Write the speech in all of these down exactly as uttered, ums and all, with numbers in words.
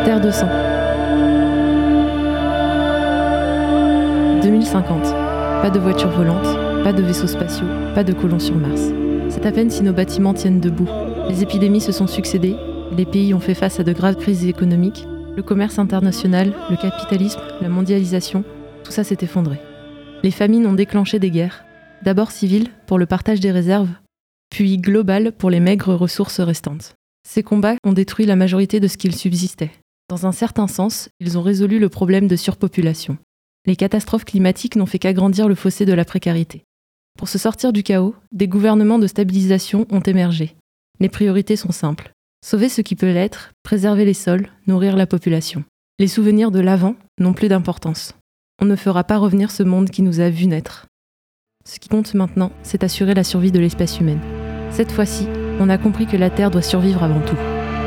Terre de sang. deux mille cinquante. Pas de voitures volantes, pas de vaisseaux spatiaux, pas de colons sur Mars. C'est à peine si nos bâtiments tiennent debout. Les épidémies se sont succédées, les pays ont fait face à de graves crises économiques, le commerce international, le capitalisme, la mondialisation, tout ça s'est effondré. Les famines ont déclenché des guerres, d'abord civiles pour le partage des réserves, puis globales pour les maigres ressources restantes. Ces combats ont détruit la majorité de ce qu'il subsistait. Dans un certain sens, ils ont résolu le problème de surpopulation. Les catastrophes climatiques n'ont fait qu'agrandir le fossé de la précarité. Pour se sortir du chaos, des gouvernements de stabilisation ont émergé. Les priorités sont simples. Sauver ce qui peut l'être, préserver les sols, nourrir la population. Les souvenirs de l'avant n'ont plus d'importance. On ne fera pas revenir ce monde qui nous a vus naître. Ce qui compte maintenant, c'est assurer la survie de l'espèce humaine. Cette fois-ci, on a compris que la Terre doit survivre avant tout.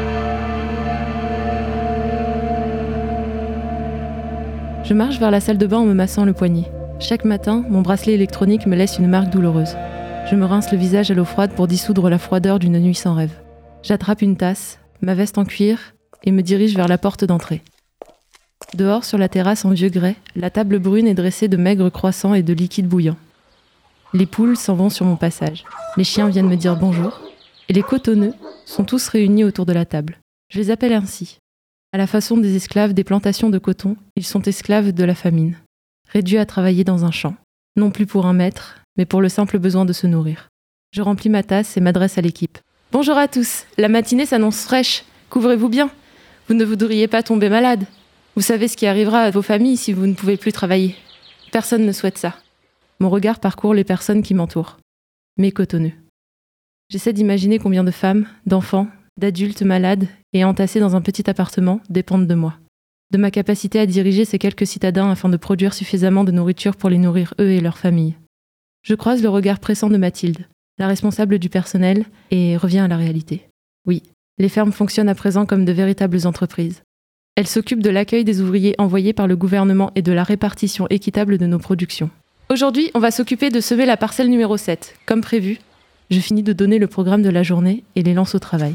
Je marche vers la salle de bain en me massant le poignet. Chaque matin, mon bracelet électronique me laisse une marque douloureuse. Je me rince le visage à l'eau froide pour dissoudre la froideur d'une nuit sans rêve. J'attrape une tasse, ma veste en cuir, et me dirige vers la porte d'entrée. Dehors, sur la terrasse en vieux grès, la table brune est dressée de maigres croissants et de liquide bouillant. Les poules s'en vont sur mon passage. Les chiens viennent me dire bonjour. Et les cotonneux sont tous réunis autour de la table. Je les appelle ainsi. À la façon des esclaves des plantations de coton, ils sont esclaves de la famine. Réduits à travailler dans un champ. Non plus pour un maître, mais pour le simple besoin de se nourrir. Je remplis ma tasse et m'adresse à l'équipe. Bonjour à tous, la matinée s'annonce fraîche. Couvrez-vous bien. Vous ne voudriez pas tomber malade. Vous savez ce qui arrivera à vos familles si vous ne pouvez plus travailler. Personne ne souhaite ça. Mon regard parcourt les personnes qui m'entourent. Mes cotonneux. J'essaie d'imaginer combien de femmes, d'enfants, d'adultes malades et entassés dans un petit appartement dépendent de moi. De ma capacité à diriger ces quelques citadins afin de produire suffisamment de nourriture pour les nourrir eux et leurs familles. Je croise le regard pressant de Mathilde, la responsable du personnel, et reviens à la réalité. Oui, les fermes fonctionnent à présent comme de véritables entreprises. Elles s'occupent de l'accueil des ouvriers envoyés par le gouvernement et de la répartition équitable de nos productions. Aujourd'hui, on va s'occuper de semer la parcelle numéro sept. Comme prévu, je finis de donner le programme de la journée et les lance au travail.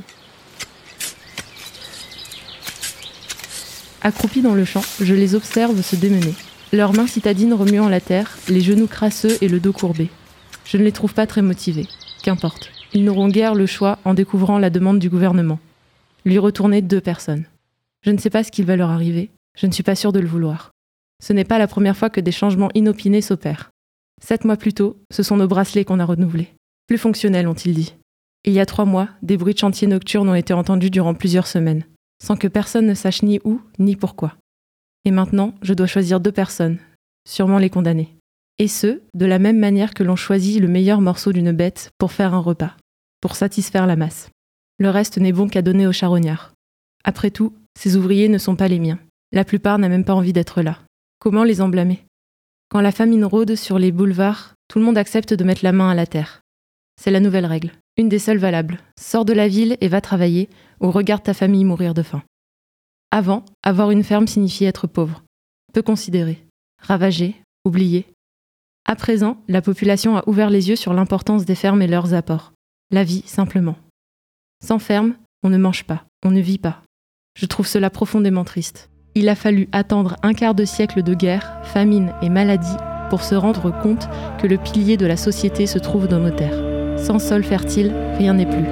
Accroupis dans le champ, je les observe se démener. Leurs mains citadines remuant la terre, les genoux crasseux et le dos courbé. Je ne les trouve pas très motivés. Qu'importe. Ils n'auront guère le choix en découvrant la demande du gouvernement. Lui retourner deux personnes. Je ne sais pas ce qu'il va leur arriver. Je ne suis pas sûre de le vouloir. Ce n'est pas la première fois que des changements inopinés s'opèrent. Sept mois plus tôt, ce sont nos bracelets qu'on a renouvelés. Plus fonctionnels, ont-ils dit. Il y a trois mois, des bruits de chantier nocturnes ont été entendus durant plusieurs semaines, sans que personne ne sache ni où, ni pourquoi. Et maintenant, je dois choisir deux personnes, sûrement les condamner. Et ce, de la même manière que l'on choisit le meilleur morceau d'une bête pour faire un repas, pour satisfaire la masse. Le reste n'est bon qu'à donner aux charognards. Après tout, ces ouvriers ne sont pas les miens. La plupart n'a même pas envie d'être là. Comment les en blâmer ? Quand la famine rôde sur les boulevards, tout le monde accepte de mettre la main à la terre. C'est la nouvelle règle, une des seules valables. Sors de la ville et va travailler, ou regarde ta famille mourir de faim. Avant, avoir une ferme signifiait être pauvre, peu considéré, ravagé, oublié. À présent, la population a ouvert les yeux sur l'importance des fermes et leurs apports. La vie, simplement. Sans ferme, on ne mange pas, on ne vit pas. Je trouve cela profondément triste. Il a fallu attendre un quart de siècle de guerre, famine et maladie pour se rendre compte que le pilier de la société se trouve dans nos terres. Sans sol fertile, rien n'est plus.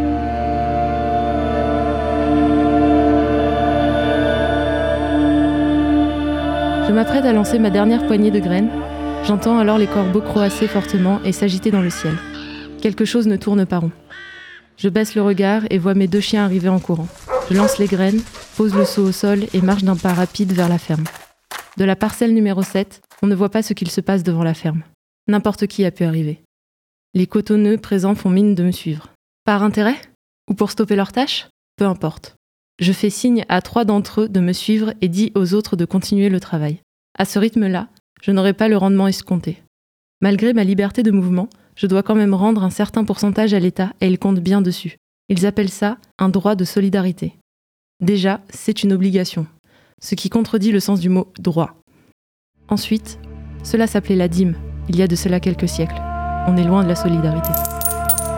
Je m'apprête à lancer ma dernière poignée de graines. J'entends alors les corbeaux croasser fortement et s'agiter dans le ciel. Quelque chose ne tourne pas rond. Je baisse le regard et vois mes deux chiens arriver en courant. Je lance les graines, pose le seau au sol et marche d'un pas rapide vers la ferme. De la parcelle numéro sept, on ne voit pas ce qu'il se passe devant la ferme. N'importe qui a pu arriver. Les cotonneux présents font mine de me suivre. Par intérêt ? Ou pour stopper leur tâche ? Peu importe. Je fais signe à trois d'entre eux de me suivre et dis aux autres de continuer le travail. À ce rythme-là, je n'aurai pas le rendement escompté. Malgré ma liberté de mouvement, je dois quand même rendre un certain pourcentage à l'État et ils comptent bien dessus. Ils appellent ça un droit de solidarité. Déjà, c'est une obligation, ce qui contredit le sens du mot « droit ». Ensuite, cela s'appelait la dîme, il y a de cela quelques siècles. On est loin de la solidarité.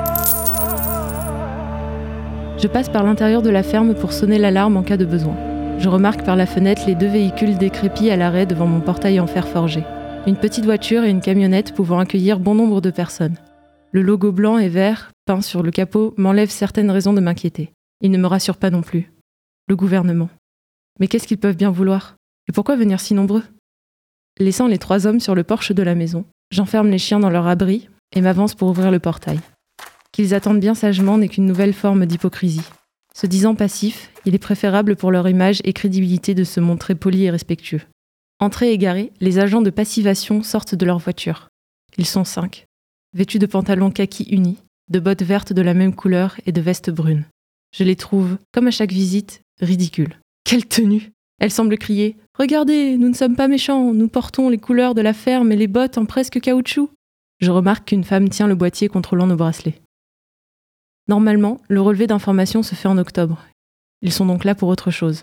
Je passe par l'intérieur de la ferme pour sonner l'alarme en cas de besoin. Je remarque par la fenêtre les deux véhicules décrépits à l'arrêt devant mon portail en fer forgé. Une petite voiture et une camionnette pouvant accueillir bon nombre de personnes. Le logo blanc et vert, peint sur le capot, m'enlève certaines raisons de m'inquiéter. Il ne me rassure pas non plus. Le gouvernement. Mais qu'est-ce qu'ils peuvent bien vouloir ? Et pourquoi venir si nombreux ? Laissant les trois hommes sur le porche de la maison, j'enferme les chiens dans leur abri et m'avance pour ouvrir le portail. Qu'ils attendent bien sagement n'est qu'une nouvelle forme d'hypocrisie. Se disant passifs, il est préférable pour leur image et crédibilité de se montrer polis et respectueux. Entrés égarés, les agents de passivation sortent de leur voiture. Ils sont cinq, vêtus de pantalons kaki unis, de bottes vertes de la même couleur et de vestes brunes. Je les trouve, comme à chaque visite, ridicules. Quelle tenue ! Elles semblent crier « Regardez, nous ne sommes pas méchants, nous portons les couleurs de la ferme et les bottes en presque caoutchouc !» Je remarque qu'une femme tient le boîtier contrôlant nos bracelets. Normalement, le relevé d'informations se fait en octobre. Ils sont donc là pour autre chose.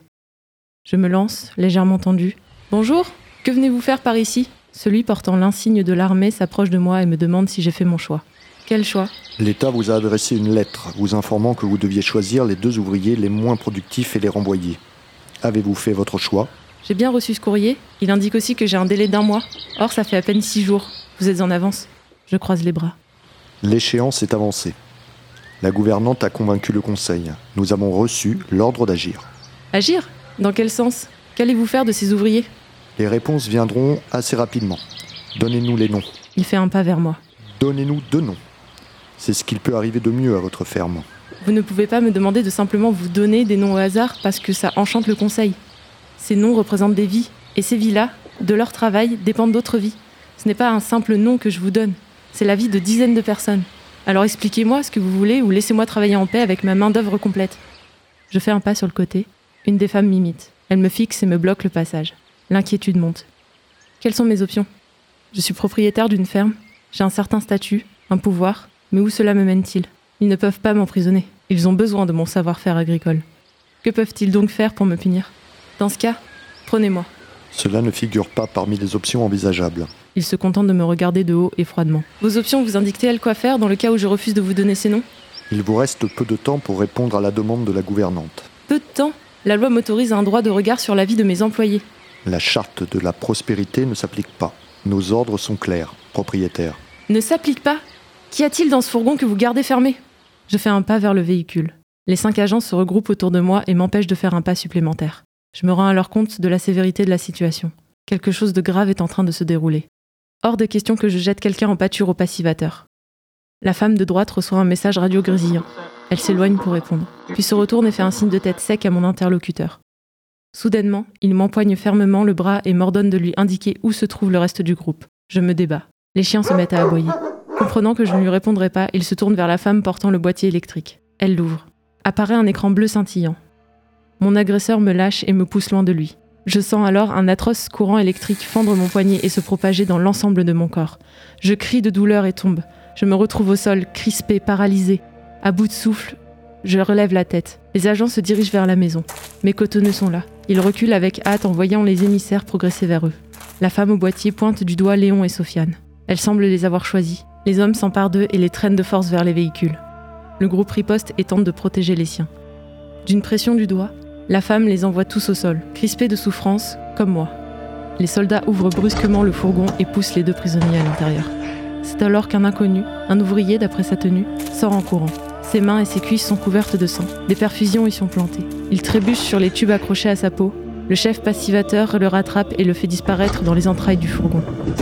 Je me lance, légèrement tendue. « Bonjour, que venez-vous faire par ici ?» Celui portant l'insigne de l'armée s'approche de moi et me demande si j'ai fait mon choix. Quel choix ? L'État vous a adressé une lettre vous informant que vous deviez choisir les deux ouvriers les moins productifs et les renvoyer. Avez-vous fait votre choix ? J'ai bien reçu ce courrier. Il indique aussi que j'ai un délai d'un mois. Or, ça fait à peine six jours. Vous êtes en avance. Je croise les bras. L'échéance est avancée. La gouvernante a convaincu le conseil. Nous avons reçu l'ordre d'agir. Agir ? Dans quel sens ? Qu'allez-vous faire de ces ouvriers ? Les réponses viendront assez rapidement. Donnez-nous les noms. Il fait un pas vers moi. Donnez-nous deux noms. C'est ce qu'il peut arriver de mieux à votre ferme. Vous ne pouvez pas me demander de simplement vous donner des noms au hasard parce que ça enchante le conseil. Ces noms représentent des vies, et ces vies-là, de leur travail, dépendent d'autres vies. Ce n'est pas un simple nom que je vous donne, c'est la vie de dizaines de personnes. Alors expliquez-moi ce que vous voulez ou laissez-moi travailler en paix avec ma main-d'œuvre complète. Je fais un pas sur le côté. Une des femmes m'imite. Elle me fixe et me bloque le passage. L'inquiétude monte. Quelles sont mes options ? Je suis propriétaire d'une ferme, j'ai un certain statut, un pouvoir, mais où cela me mène-t-il ? Ils ne peuvent pas m'emprisonner. Ils ont besoin de mon savoir-faire agricole. Que peuvent-ils donc faire pour me punir ? Dans ce cas, prenez-moi. Cela ne figure pas parmi les options envisageables. Ils se contentent de me regarder de haut et froidement. Vos options vous indiquent-elles quoi faire dans le cas où je refuse de vous donner ces noms ? Il vous reste peu de temps pour répondre à la demande de la gouvernante. Peu de temps ? La loi m'autorise un droit de regard sur la vie de mes employés. La charte de la prospérité ne s'applique pas. Nos ordres sont clairs, propriétaire. Ne s'applique pas ? Qu'y a-t-il dans ce fourgon que vous gardez fermé ? Je fais un pas vers le véhicule. Les cinq agents se regroupent autour de moi et m'empêchent de faire un pas supplémentaire. Je me rends alors compte de la sévérité de la situation. Quelque chose de grave est en train de se dérouler. Hors de question que je jette quelqu'un en pâture au passivateur. La femme de droite reçoit un message radio grésillant. Elle s'éloigne pour répondre, puis se retourne et fait un signe de tête sec à mon interlocuteur. Soudainement, il m'empoigne fermement le bras et m'ordonne de lui indiquer où se trouve le reste du groupe. Je me débats. Les chiens se mettent à aboyer. Comprenant que je ne lui répondrai pas, il se tourne vers la femme portant le boîtier électrique. Elle l'ouvre. Apparaît un écran bleu scintillant. Mon agresseur me lâche et me pousse loin de lui. Je sens alors un atroce courant électrique fendre mon poignet et se propager dans l'ensemble de mon corps. Je crie de douleur et tombe. Je me retrouve au sol, crispé, paralysé. À bout de souffle, je relève la tête. Les agents se dirigent vers la maison. Mes cotonneux sont là. Ils reculent avec hâte en voyant les émissaires progresser vers eux. La femme au boîtier pointe du doigt Léon et Sofiane. Elle semble les avoir choisis. Les hommes s'emparent d'eux et les traînent de force vers les véhicules. Le groupe riposte et tente de protéger les siens. D'une pression du doigt, la femme les envoie tous au sol, crispés de souffrance, comme moi. Les soldats ouvrent brusquement le fourgon et poussent les deux prisonniers à l'intérieur. C'est alors qu'un inconnu, un ouvrier d'après sa tenue, sort en courant. Ses mains et ses cuisses sont couvertes de sang. Des perfusions y sont plantées. Il trébuche sur les tubes accrochés à sa peau. Le chef passivateur le rattrape et le fait disparaître dans les entrailles du fourgon.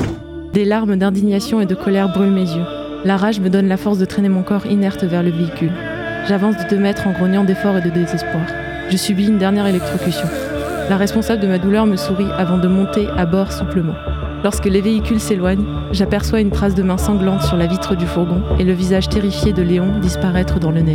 Des larmes d'indignation et de colère brûlent mes yeux. La rage me donne la force de traîner mon corps inerte vers le véhicule. J'avance de deux mètres en grognant d'effort et de désespoir. Je subis une dernière électrocution. La responsable de ma douleur me sourit avant de monter à bord souplement. Lorsque les véhicules s'éloignent, j'aperçois une trace de main sanglante sur la vitre du fourgon et le visage terrifié de Léon disparaître dans le néant.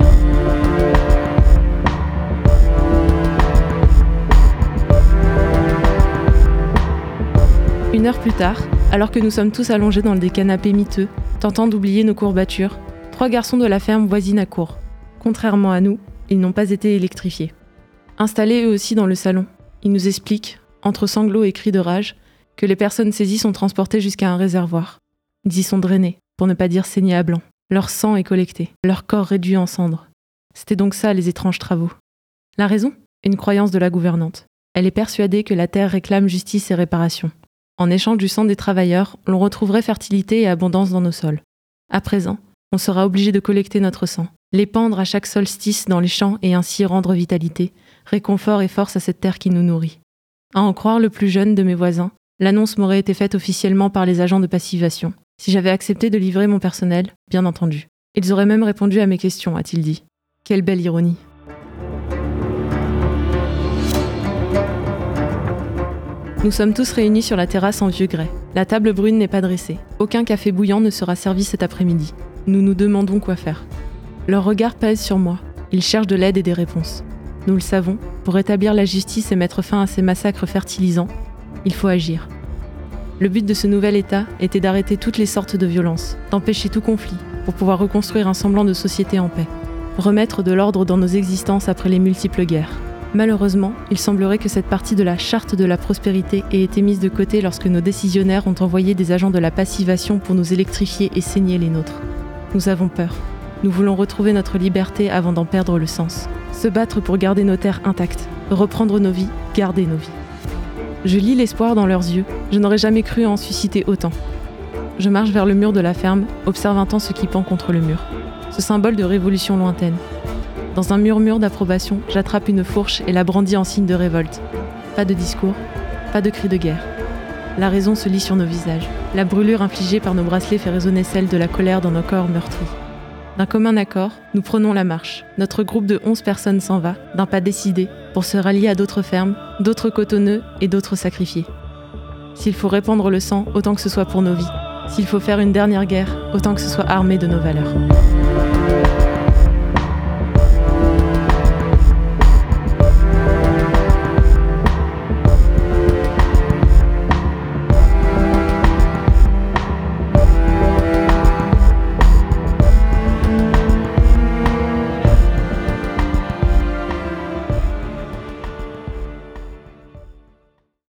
Une heure plus tard, alors que nous sommes tous allongés dans des canapés miteux, tentant d'oublier nos courbatures, trois garçons de la ferme voisine accourent. Contrairement à nous, ils n'ont pas été électrifiés. Installés eux aussi dans le salon, ils nous expliquent, entre sanglots et cris de rage, que les personnes saisies sont transportées jusqu'à un réservoir. Ils y sont drainés, pour ne pas dire saignés à blanc. Leur sang est collecté, leur corps réduit en cendres. C'était donc ça les étranges travaux. La raison ? Une croyance de la gouvernante. Elle est persuadée que la terre réclame justice et réparation. En échange du sang des travailleurs, l'on retrouverait fertilité et abondance dans nos sols. À présent, on sera obligé de collecter notre sang, l'épandre à chaque solstice dans les champs et ainsi rendre vitalité, réconfort et force à cette terre qui nous nourrit. À en croire le plus jeune de mes voisins, l'annonce m'aurait été faite officiellement par les agents de passivation. Si j'avais accepté de livrer mon personnel, bien entendu. Ils auraient même répondu à mes questions, a-t-il dit. Quelle belle ironie. Nous sommes tous réunis sur la terrasse en vieux grès. La table brune n'est pas dressée. Aucun café bouillant ne sera servi cet après-midi. Nous nous demandons quoi faire. Leur regard pèse sur moi. Ils cherchent de l'aide et des réponses. Nous le savons, pour rétablir la justice et mettre fin à ces massacres fertilisants, il faut agir. Le but de ce nouvel État était d'arrêter toutes les sortes de violences, d'empêcher tout conflit, pour pouvoir reconstruire un semblant de société en paix. Remettre de l'ordre dans nos existences après les multiples guerres. Malheureusement, il semblerait que cette partie de la charte de la prospérité ait été mise de côté lorsque nos décisionnaires ont envoyé des agents de la passivation pour nous électrifier et saigner les nôtres. Nous avons peur. Nous voulons retrouver notre liberté avant d'en perdre le sens. Se battre pour garder nos terres intactes. Reprendre nos vies, garder nos vies. Je lis l'espoir dans leurs yeux. Je n'aurais jamais cru en susciter autant. Je marche vers le mur de la ferme, observe un temps ce qui pend contre le mur. Ce symbole de révolution lointaine. Dans un murmure d'approbation, j'attrape une fourche et la brandis en signe de révolte. Pas de discours, pas de cri de guerre. La raison se lit sur nos visages. La brûlure infligée par nos bracelets fait résonner celle de la colère dans nos corps meurtris. D'un commun accord, nous prenons la marche. Notre groupe de onze personnes s'en va, d'un pas décidé, pour se rallier à d'autres fermes, d'autres cotonneux et d'autres sacrifiés. S'il faut répandre le sang, autant que ce soit pour nos vies. S'il faut faire une dernière guerre, autant que ce soit armé de nos valeurs.